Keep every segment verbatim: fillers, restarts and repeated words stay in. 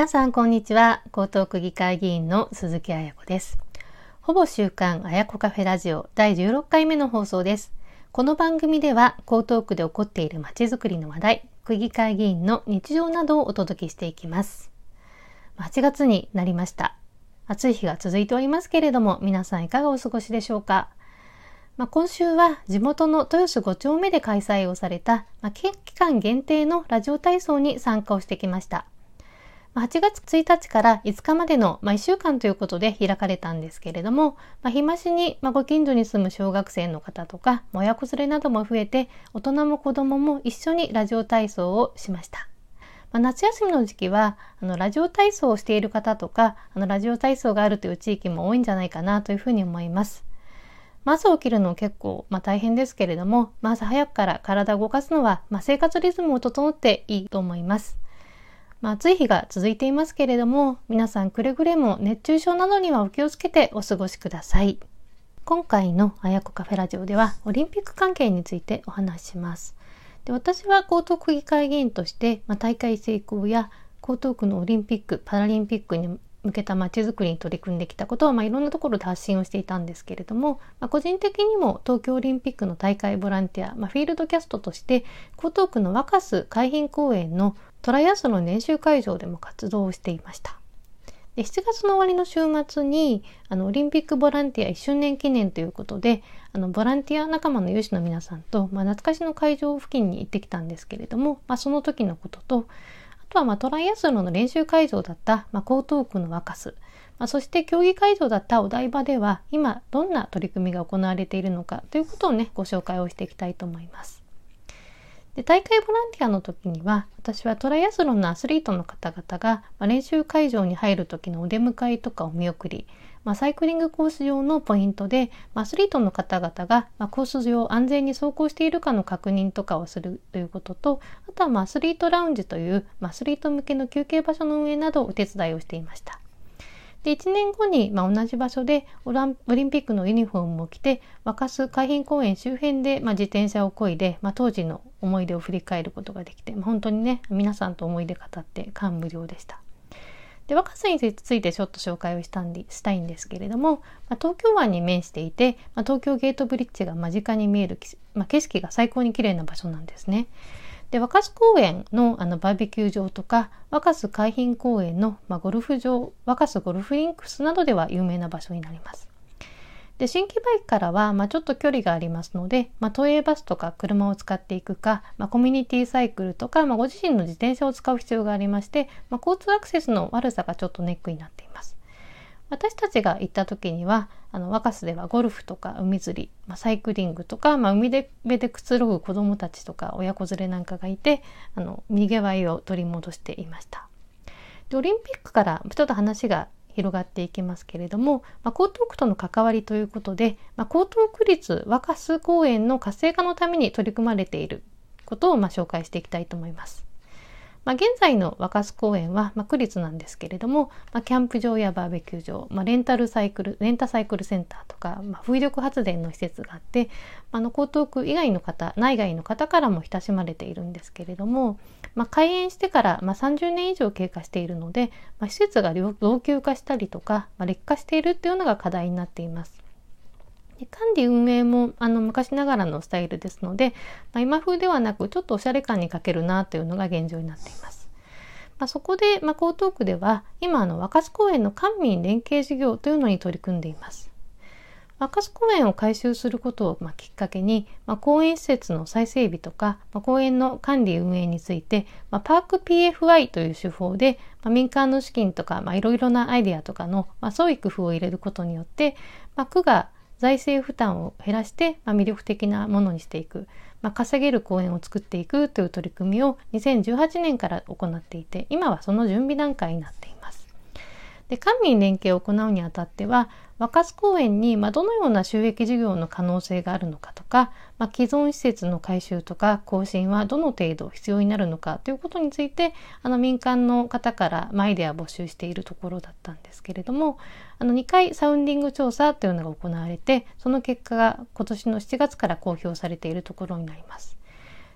皆さんこんにちは。江東区議会議員の鈴木彩子です。ほぼ週刊彩子カフェラジオだいじゅうろっかいめの放送です。この番組では江東区で起こっているまちづくりの話題、区議会議員の日常などをお届けしていきます。はちがつになりました。暑い日が続いておりますけれども、皆さんいかがお過ごしでしょうか。まあ、今週は地元の豊洲ご丁目で開催をされた、まあ、期間限定のラジオ体操に参加をしてきました。はちがつついたちからいつかまでの、まあ、いっしゅうかんということで開かれたんですけれども、まあ、日増しに、まあ、ご近所に住む小学生の方とか親子連れなども増えて、大人も子どもも一緒にラジオ体操をしました。まあ、夏休みの時期はあのラジオ体操をしている方とかあのラジオ体操があるという地域も多いんじゃないかなというふうに思います。まず起きるの結構、まあ、大変ですけれども、まず早くから体を動かすのは、まあ、生活リズムを整っていいと思います。まあ、暑い日が続いていますけれども、皆さんくれぐれも熱中症などにはお気をつけてお過ごしください。今回のあやこカフェラジオではオリンピック関係についてお話しします。で、私は江東区議会議員として、まあ、大会成功や江東区のオリンピック・パラリンピックに向けたまちづくりに取り組んできたことを、まあ、いろんなところで発信をしていたんですけれども、まあ、個人的にも東京オリンピックの大会ボランティア、まあ、フィールドキャストとして江東区の若洲海浜公園のトライアスロン練習会場でも活動をしていました。で、しちがつの終わりの週末にあのオリンピックボランティアいっしゅうねん記念ということで、あのボランティア仲間の有志の皆さんと、まあ、懐かしの会場付近に行ってきたんですけれども、まあ、その時のことと、あとはまあトライアスロンの練習会場だった、まあ、江東区の若洲、まあ、そして競技会場だったお台場では今どんな取り組みが行われているのかということをね、ご紹介をしていきたいと思います。で、大会ボランティアの時には、私はトライアスロンのアスリートの方々が、まあ、練習会場に入る時のお出迎えとかお見送り、まあ、サイクリングコース上のポイントで、まあ、アスリートの方々が、まあ、コース上安全に走行しているかの確認とかをするということと、あとはまあアスリートラウンジという、まあ、アスリート向けの休憩場所の運営などをお手伝いをしていました。で、いちねんごに、まあ、同じ場所でオリンピックのユニフォームを着て若洲海浜公園周辺で、まあ、自転車を漕いで、まあ、当時の思い出を振り返ることができて、まあ、本当にね、皆さんと思い出語って感無量でした。で、若洲についてちょっと紹介をしたんでしたいんですけれども、まあ、東京湾に面していて、まあ、東京ゲートブリッジが間近に見える、まあ、景色が最高に綺麗な場所なんですね。で、若洲公園のあのバーベキュー場とか若洲海浜公園の、まあ、ゴルフ場、若洲ゴルフリンクスなどでは有名な場所になります。で、新木場駅からは、まあ、ちょっと距離がありますので、まあ、都営バスとか車を使っていくか、まあ、コミュニティサイクルとか、まあ、ご自身の自転車を使う必要がありまして、まあ、交通アクセスの悪さがちょっとネックになっています。私たちが行った時には、あの若洲ではゴルフとか海釣り、まあ、サイクリングとか、まあ、海辺でくつろぐ子どもたちとか親子連れなんかがいて、あのにぎわいを取り戻していました。で、オリンピックからちょっと話が広がっていきますけれども、まあ、江東区との関わりということで、まあ、江東区立若洲公園の活性化のために取り組まれていることをまあ紹介していきたいと思います。まあ、現在の若洲公園は、まあ、区立なんですけれども、まあ、キャンプ場やバーベキュー場、まあ、レンタルサイクル、レンタサイクルセンターとか、まあ、風力発電の施設があって、あの江東区以外の方、内外の方からも親しまれているんですけれども、まあ、開園してから、まあ、さんじゅうねん以上経過しているので、まあ、施設が老朽化したりとか、まあ、劣化しているっていうのが課題になっています。管理運営もあの昔ながらのスタイルですので、まあ、今風ではなくちょっとおしゃれ感に欠けるなというのが現状になっています。まあ、そこで、まあ、江東区では今あの若洲公園の官民連携事業というのに取り組んでいます。若洲公園を改修することをまあきっかけに、まあ、公園施設の再整備とか、まあ、公園の管理運営について、まあ、パーク ピーエフアイ という手法で、まあ、民間の資金とか、まあ、いろいろなアイデアとかの、まあ、創意工夫を入れることによって、まあ、区が財政負担を減らして、まあ、魅力的なものにしていく、まあ、稼げる公園を作っていくという取り組みをにせんじゅうはちねんから行っていて、今はその準備段階になっています。で、官民連携を行うにあたっては、若洲公園にまあどのような収益事業の可能性があるのかとか、まあ、既存施設の改修とか更新はどの程度必要になるのかということについて、あの民間の方からアイデアを募集しているところだったんですけれども、あのにかいサウンディング調査というのが行われて、その結果が今年のしちがつから公表されているところになります。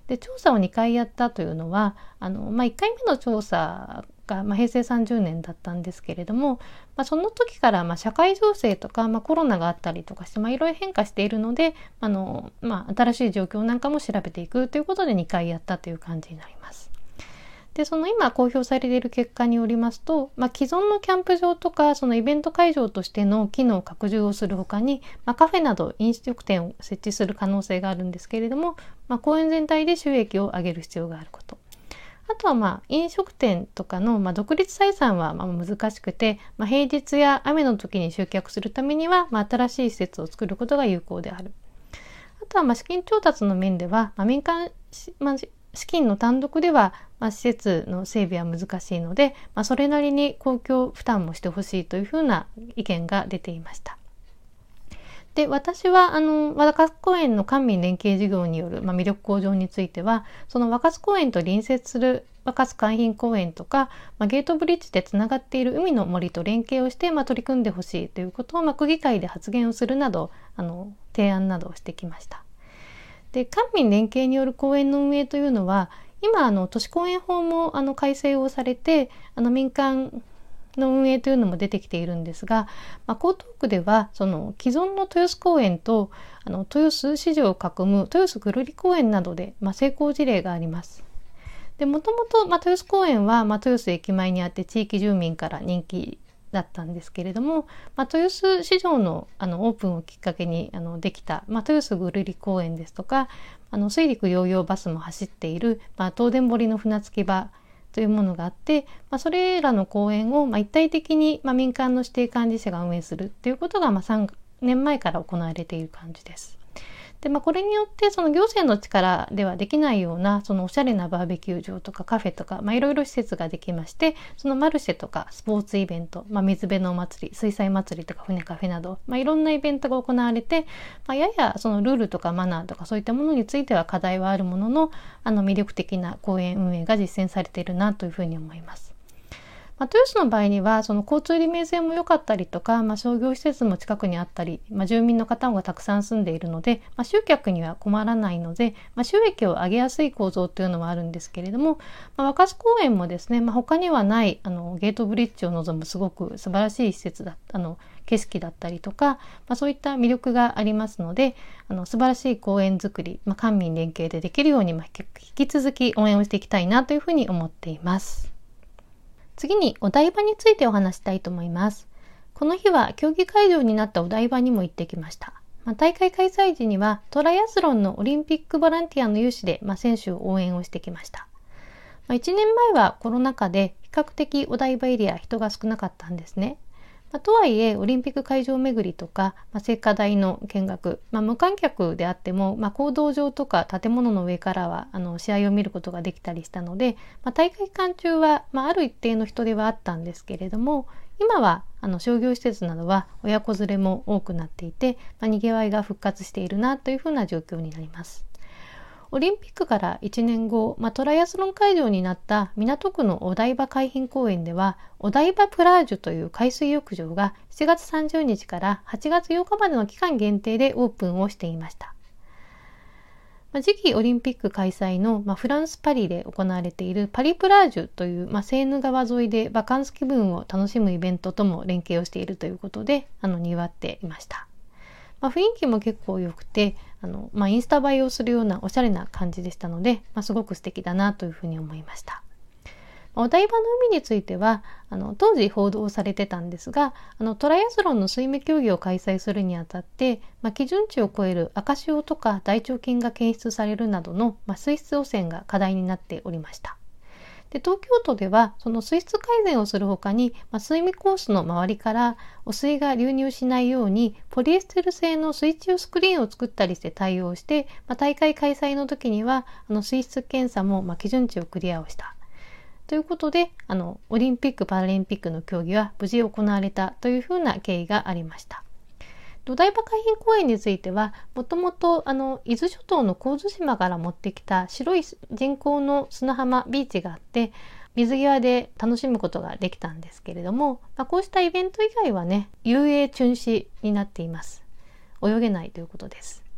で調査をにかいやったというのはあの、まあ、いっかいめの調査が、まあ、へいせいさんじゅうねんだったんですけれども、まあ、その時からまあ社会情勢とか、まあ、コロナがあったりとかして、まあ、いろいろ変化しているのであの、まあ、新しい状況なんかも調べていくということでにかいやったという感じになります。でその今公表されている結果によりますと、まあ、既存のキャンプ場とかそのイベント会場としての機能拡充をするほかに、まあ、カフェなど飲食店を設置する可能性があるんですけれども、まあ、公園全体で収益を上げる必要があること。あとはまあ飲食店とかのまあ独立採算はまあ難しくて、まあ、平日や雨の時に集客するためにはまあ新しい施設を作ることが有効である。あとはまあ資金調達の面では、まあ、民間、まあ資金の単独では、まあ、施設の整備は難しいので、まあ、それなりに公共負担もしてほしいというふうな意見が出ていました。で私はあの若津公園の官民連携事業による、まあ、魅力向上についてはその若津公園と隣接する若津海浜公園とか、まあ、ゲートブリッジでつながっている海の森と連携をして、まあ、取り組んでほしいということを、まあ、区議会で発言をするなどあの提案などをしてきました。で官民連携による公園の運営というのは今あの都市公園法もあの改正をされてあの民間の運営というのも出てきているんですが、まあ、江東区ではその既存の豊洲公園とあの豊洲市場を囲む豊洲ぐるり公園などで、まあ、成功事例があります。でもともと、まあ、豊洲公園は、まあ、豊洲駅前にあって地域住民から人気だったんですけれども、まあ、豊洲市場 の, あのオープンをきっかけにあのできた、まあ、豊洲ぐるり公園ですとかあの水陸両用バスも走っている、まあ、東電堀の船着き場というものがあって、まあ、それらの公園を、まあ、一体的に、まあ、民間の指定管理者が運営するということが、まあ、さんねんまえから行われている感じです。で、まあ、これによってその行政の力ではできないようなそのおしゃれなバーベキュー場とかカフェとか、まあ、いろいろ施設ができまして、そのマルシェとかスポーツイベント、まあ、水辺のお祭り、水彩祭りとか船カフェなど、まあ、いろんなイベントが行われて、まあ、ややそのルールとかマナーとかそういったものについては課題はあるものの、あの魅力的な公園運営が実践されているなというふうに思います。まあ、豊洲の場合にはその交通利便性も良かったりとか、まあ、商業施設も近くにあったり、まあ、住民の方がたくさん住んでいるので、まあ、集客には困らないので、まあ、収益を上げやすい構造というのはあるんですけれども、まあ、若洲公園もですね、まあ、他にはないあのゲートブリッジを望むすごく素晴らしい施設だあの景色だったりとか、まあ、そういった魅力がありますので、あの素晴らしい公園づくり、まあ、官民連携でできるように、まあ、引き続き応援をしていきたいなというふうに思っています。次にお台場についてお話したいと思います。この日は競技会場になったお台場にも行ってきました。まあ、大会開催時にはトライアスロンのオリンピックボランティアの有志で、まあ、選手を応援をしてきました。まあ、いちねんまえはコロナ禍で比較的お台場エリア人が少なかったんですね。まあ、とはいえオリンピック会場巡りとか、まあ、聖火台の見学、まあ、無観客であっても、まあ、公道場とか建物の上からはあの試合を見ることができたりしたので、まあ、大会期間中は、まあ、ある一定の人出はあったんですけれども、今はあの商業施設などは親子連れも多くなっていて、まあ、にぎわいが復活しているなというふうな状況になります。オリンピックからいちねんご、まあ、トライアスロン会場になった港区のお台場海浜公園ではお台場プラージュという海水浴場がしちがつさんじゅうにちからはちがつようかまでの期間限定でオープンをしていました。まあ、次期オリンピック開催の、まあ、フランス・パリで行われているパリプラージュという、まあ、セーヌ川沿いでバカンス気分を楽しむイベントとも連携をしているということであの賑わっていました。まあ、雰囲気も結構良くてあの、まあ、インスタ映えをするようなおしゃれな感じでしたので、まあ、すごく素敵だなというふうに思いました。お台場の海についてはあの当時報道されてたんですが、あのトライアスロンの水泳競技を開催するにあたって、まあ、基準値を超える赤潮とか大腸菌が検出されるなどの、まあ、水質汚染が課題になっておりました。で東京都ではその水質改善をするほかに、まあ、水味コースの周りから汚水が流入しないようにポリエステル製の水中スクリーンを作ったりして対応して、まあ、大会開催の時にはあの水質検査も、まあ、基準値をクリアをしたということで、あのオリンピック・パラリンピックの競技は無事行われたというふうな経緯がありました。お台場海浜公園についてはもともとあの伊豆諸島の神津島から持ってきた白い人工の砂浜ビーチがあって水際で楽しむことができたんですけれども、まあ、こうしたイベント以外はね遊泳中止になっています。泳げないということです。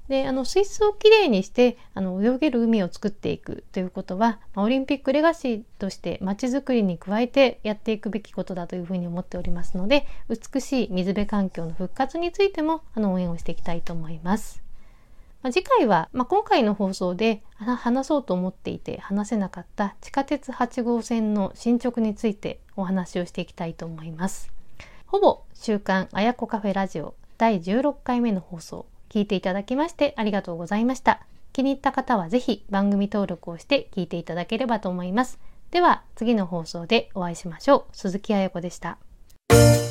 で、あの水質をきれいにしてあの泳げる海を作っていくということは、オリンピックレガシーとしてまちづくりに加えてやっていくべきことだというふうに思っておりますので、美しい水辺環境の復活についてもあの応援をしていきたいと思います。まあ、次回は、まあ、今回の放送で話そうと思っていて話せなかった地下鉄はち号線の進捗についてお話をしていきたいと思います。ほぼ週刊あやこカフェラジオだいじゅうろっかいめの放送、聞いていただきましてありがとうございました。気に入った方はぜひ番組登録をして聞いていただければと思います。では次の放送でお会いしましょう。鈴木あやこでした。